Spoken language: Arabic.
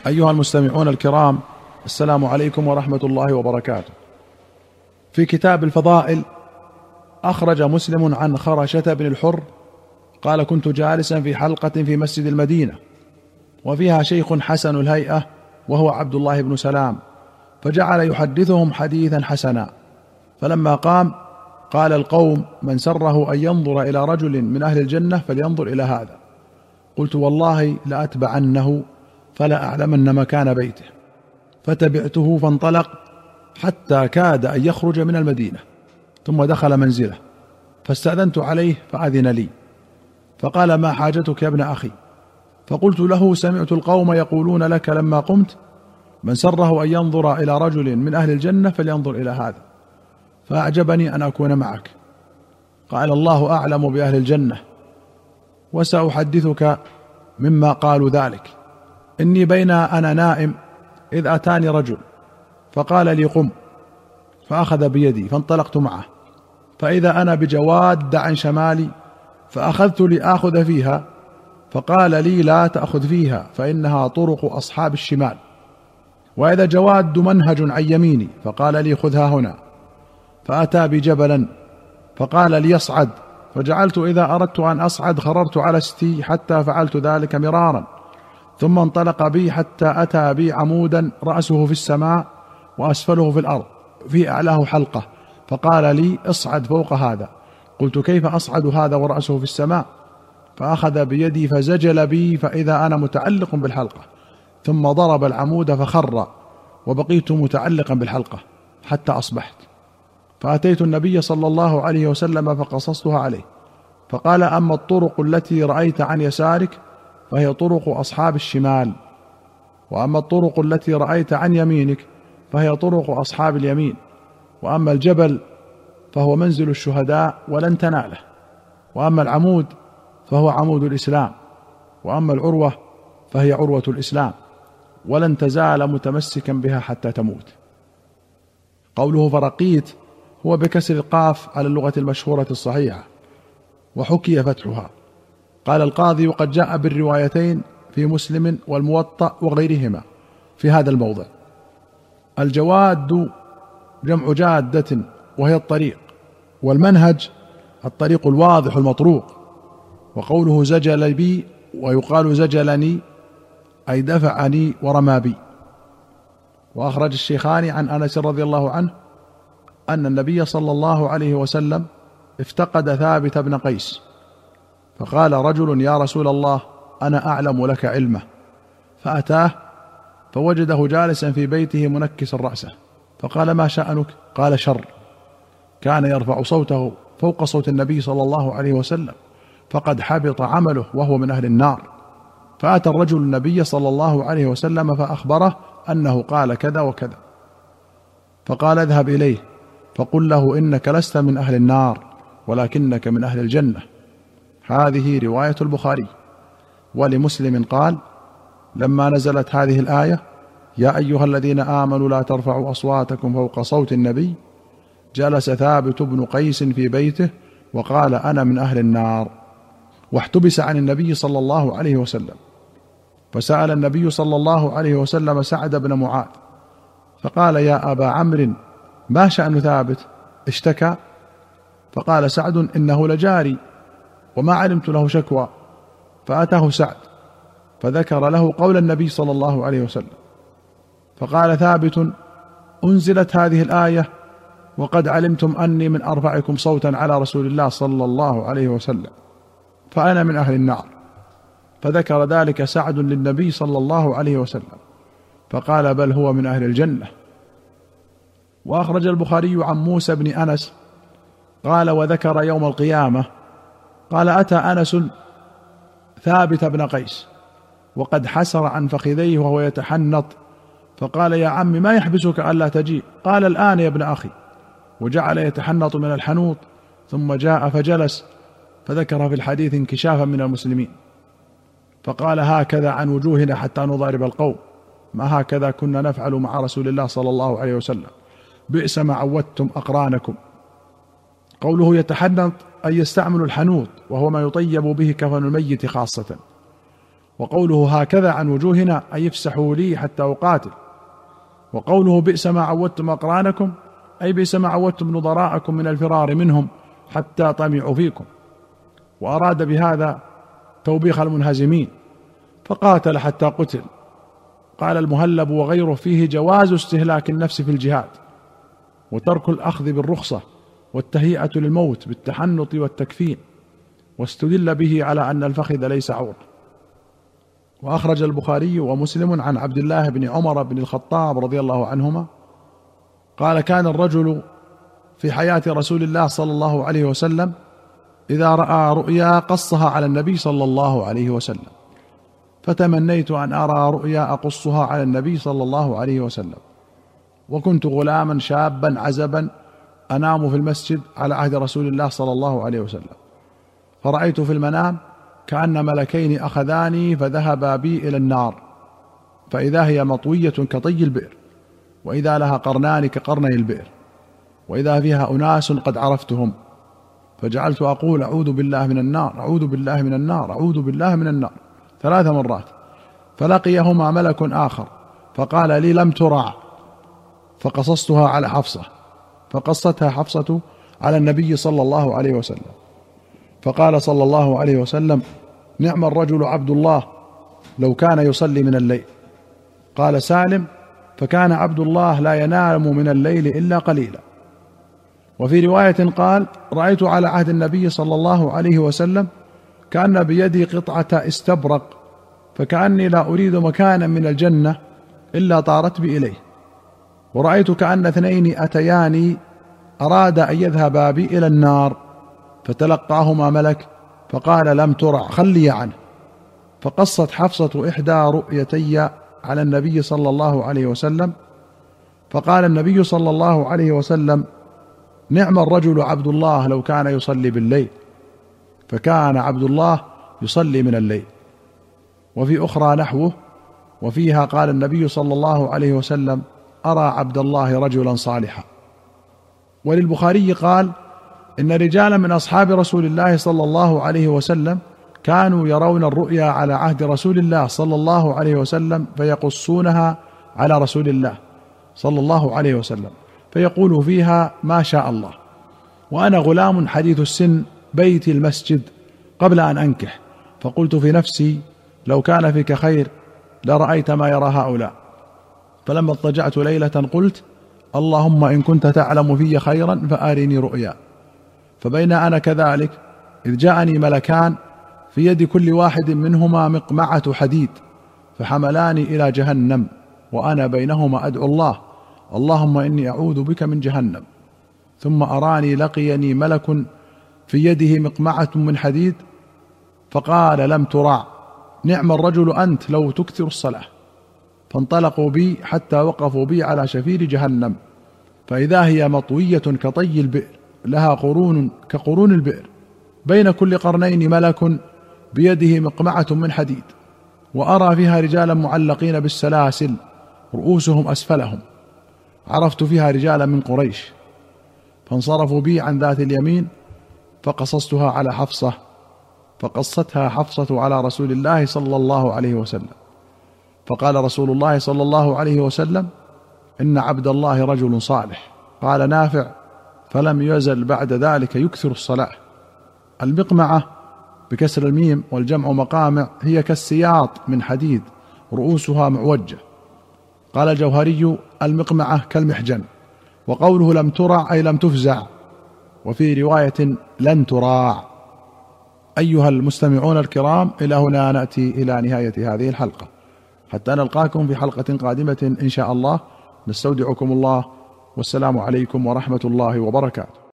أيها المستمعون الكرام، السلام عليكم ورحمة الله وبركاته. في كتاب الفضائل أخرج مسلم عن خرشة بن الحر قال: كنت جالسا في حلقة في مسجد المدينة، وفيها شيخ حسن الهيئة وهو عبد الله بن سلام، فجعل يحدثهم حديثا حسنا، فلما قام قال القوم: من سره أن ينظر إلى رجل من أهل الجنة فلينظر إلى هذا. قلت: والله لأتبعنه فلا أعلمن مكان بيته، فتبعته فانطلق حتى كاد أن يخرج من المدينة، ثم دخل منزله، فاستأذنت عليه فأذن لي، فقال: ما حاجتك يا ابن أخي؟ فقلت له: سمعت القوم يقولون لك لما قمت: من سره أن ينظر إلى رجل من أهل الجنة فلينظر إلى هذا، فأعجبني أن أكون معك. قال: الله أعلم بأهل الجنة، وسأحدثك مما قالوا ذلك. إني بين أنا نائم إذ أتاني رجل فقال لي: قم، فأخذ بيدي فانطلقت معه، فإذا أنا بجواد عن شمالي، فأخذت لآخذ فيها، فقال لي: لا تأخذ فيها فإنها طرق أصحاب الشمال. وإذا جواد منهج عن يميني، فقال لي: خذها هنا. فأتى بجبلا فقال لي: اصعد، فجعلت إذا أردت أن أصعد خررت على ستي، حتى فعلت ذلك مرارا، ثم انطلق بي حتى أتى بي عمودا رأسه في السماء وأسفله في الأرض، في أعلاه حلقة، فقال لي: اصعد فوق هذا. قلت: كيف أصعد هذا ورأسه في السماء؟ فأخذ بيدي فزجل بي، فإذا أنا متعلق بالحلقة، ثم ضرب العمود فخر، وبقيت متعلقا بالحلقة حتى أصبحت. فأتيت النبي صلى الله عليه وسلم فقصصتها عليه، فقال: أما الطرق التي رأيت عن يسارك فهي طرق أصحاب الشمال، وأما الطرق التي رأيت عن يمينك فهي طرق أصحاب اليمين، وأما الجبل فهو منزل الشهداء ولن تناله، وأما العمود فهو عمود الإسلام، وأما العروة فهي عروة الإسلام، ولن تزال متمسكا بها حتى تموت. قوله فرقيت هو بكسر القاف على اللغة المشهورة الصحيحة، وحكي فتحها. قال القاضي: وقد جاء بالروايتين في مسلم والموطأ وغيرهما في هذا الموضع. الجواد جمع جادة وهي الطريق، والمنهج الطريق الواضح المطروق. وقوله زجل بي، ويقال زجلني أي دفعني ورمى بي. وأخرج الشيخان عن أنس رضي الله عنه أن النبي صلى الله عليه وسلم افتقد ثابت بن قيس، فقال رجل: يا رسول الله، أنا أعلم لك علمه. فأتاه فوجده جالسا في بيته منكسا رأسه، فقال: ما شأنك؟ قال: شر. كان يرفع صوته فوق صوت النبي صلى الله عليه وسلم، فقد حبط عمله وهو من أهل النار. فأتى الرجل النبي صلى الله عليه وسلم فأخبره أنه قال كذا وكذا، فقال: اذهب إليه فقل له إنك لست من أهل النار ولكنك من أهل الجنة. هذه رواية البخاري. ولمسلم قال: لما نزلت هذه الآية: يا أيها الذين آمنوا لا ترفعوا أصواتكم فوق صوت النبي، جلس ثابت بن قيس في بيته وقال: أنا من أهل النار، واحتبس عن النبي صلى الله عليه وسلم. فسأل النبي صلى الله عليه وسلم سعد بن معاذ فقال: يا أبا عمرو، ما شأن ثابت؟ اشتكى؟ فقال سعد: إنه لجاري وما علمت له شكوى. فأتاه سعد فذكر له قول النبي صلى الله عليه وسلم، فقال ثابت: أنزلت هذه الآية وقد علمتم أني من أرفعكم صوتا على رسول الله صلى الله عليه وسلم، فأنا من أهل النار. فذكر ذلك سعد للنبي صلى الله عليه وسلم، فقال: بل هو من أهل الجنة. وأخرج البخاري عن موسى بن أنس قال: وذكر يوم القيامة، قال: أتى أنس ثابت بن قيس وقد حسر عن فخذيه وهو يتحنط، فقال: يا عم، ما يحبسك ألا تجيء؟ قال: الآن يا ابن أخي. وجعل يتحنط من الحنوط، ثم جاء فجلس، فذكر في الحديث انكشافا من المسلمين، فقال: هكذا عن وجوهنا حتى نضارب القوم، ما هكذا كنا نفعل مع رسول الله صلى الله عليه وسلم، بئس ما عودتم أقرانكم. قوله يتحنط أي يستعمل الحنوط، وهو ما يطيب به كفن الميت خاصة. وقوله هكذا عن وجوهنا أي افسحوا لي حتى أقاتل. وقوله بئس ما عودتم أقرانكم أي بئس ما عودتم نظراءكم من الفرار منهم حتى طمعوا فيكم. وأراد بهذا توبيخ المنهزمين فقاتل حتى قتل. قال المهلب وغيره فيه جواز استهلاك النفس في الجهاد وترك الأخذ بالرخصة والتهيئة للموت بالتحنط والتكفين، واستدل به على أن الفخذ ليس عورة. وأخرج البخاري ومسلم عن عبد الله بن عمر بن الخطاب رضي الله عنهما قال كان الرجل في حياة رسول الله صلى الله عليه وسلم إذا رأى رؤيا قصها على النبي صلى الله عليه وسلم، فتمنيت أن أرى رؤيا أقصها على النبي صلى الله عليه وسلم. وكنت غلاما شابا عزبا أنام في المسجد على عهد رسول الله صلى الله عليه وسلم، فرأيت في المنام كأن ملكين أخذاني فذهبا بي إلى النار، فإذا هي مطوية كطي البئر، وإذا لها قرنان كقرني البئر، وإذا فيها أناس قد عرفتهم، فجعلت أقول أعوذ بالله من النار، أعوذ بالله من النار، أعوذ بالله من النار 3 مرات. فلقيهما ملك آخر فقال لي لم ترع، فقصصتها على حفصة، فقصتها حفصة على النبي صلى الله عليه وسلم، فقال صلى الله عليه وسلم نعم الرجل عبد الله لو كان يصلي من الليل. قال سالم فكان عبد الله لا ينام من الليل إلا قليلا. وفي رواية قال رأيت على عهد النبي صلى الله عليه وسلم كأن بيدي قطعة استبرق، فكأني لا أريد مكانا من الجنة إلا طارت بي إليه. ورأيت كأن 2 أتياني أراد أن يذهبا بي إلى النار، فتلقاهما ملك فقال لم ترع خلي عنه. فقصت حفصة إحدى رؤيتي على النبي صلى الله عليه وسلم، فقال النبي صلى الله عليه وسلم نعم الرجل عبد الله لو كان يصلي بالليل، فكان عبد الله يصلي من الليل. وفي أخرى نحوه، وفيها قال النبي صلى الله عليه وسلم أرى عبد الله رجلا صالحا. وللبخاري قال إن رجالا من أصحاب رسول الله صلى الله عليه وسلم كانوا يرون الرؤيا على عهد رسول الله صلى الله عليه وسلم فيقصونها على رسول الله صلى الله عليه وسلم، فيقول فيها ما شاء الله. وأنا غلام حديث السن بيتي المسجد قبل أن أنكح، فقلت في نفسي لو كان فيك خير لرأيت ما يرى هؤلاء. فلما اضطجعت ليلة قلت اللهم إن كنت تعلم في خيرا فأرني رؤيا. فبين أنا كذلك إذ جاءني ملكان في يد كل واحد منهما مقمعة حديد، فحملاني إلى جهنم وأنا بينهما أدعو الله اللهم إني أعوذ بك من جهنم. ثم أراني لقيني ملك في يده مقمعة من حديد فقال لم ترع نعم الرجل أنت لو تكثر الصلاة. فانطلقوا بي حتى وقفوا بي على شفير جهنم، فإذا هي مطوية كطي البئر لها قرون كقرون البئر، بين كل قرنين ملك بيده مقمعة من حديد، وأرى فيها رجالا معلقين بالسلاسل رؤوسهم أسفلهم، عرفت فيها رجالا من قريش. فانصرفوا بي عن ذات اليمين فقصصتها على حفصة، فقصتها حفصة على رسول الله صلى الله عليه وسلم. فقال رسول الله صلى الله عليه وسلم إن عبد الله رجل صالح. قال نافع فلم يزل بعد ذلك يكثر الصلاة. المقمعة بكسر الميم والجمع مقامع هي كالسياط من حديد رؤوسها معوجة. قال الجوهري المقمعة كالمحجن. وقوله لم ترع أي لم تفزع، وفي رواية لن تراع. أيها المستمعون الكرام، إلى هنا نأتي إلى نهاية هذه الحلقة، حتى نلقاكم في حلقة قادمة إن شاء الله. نستودعكم الله، والسلام عليكم ورحمة الله وبركاته.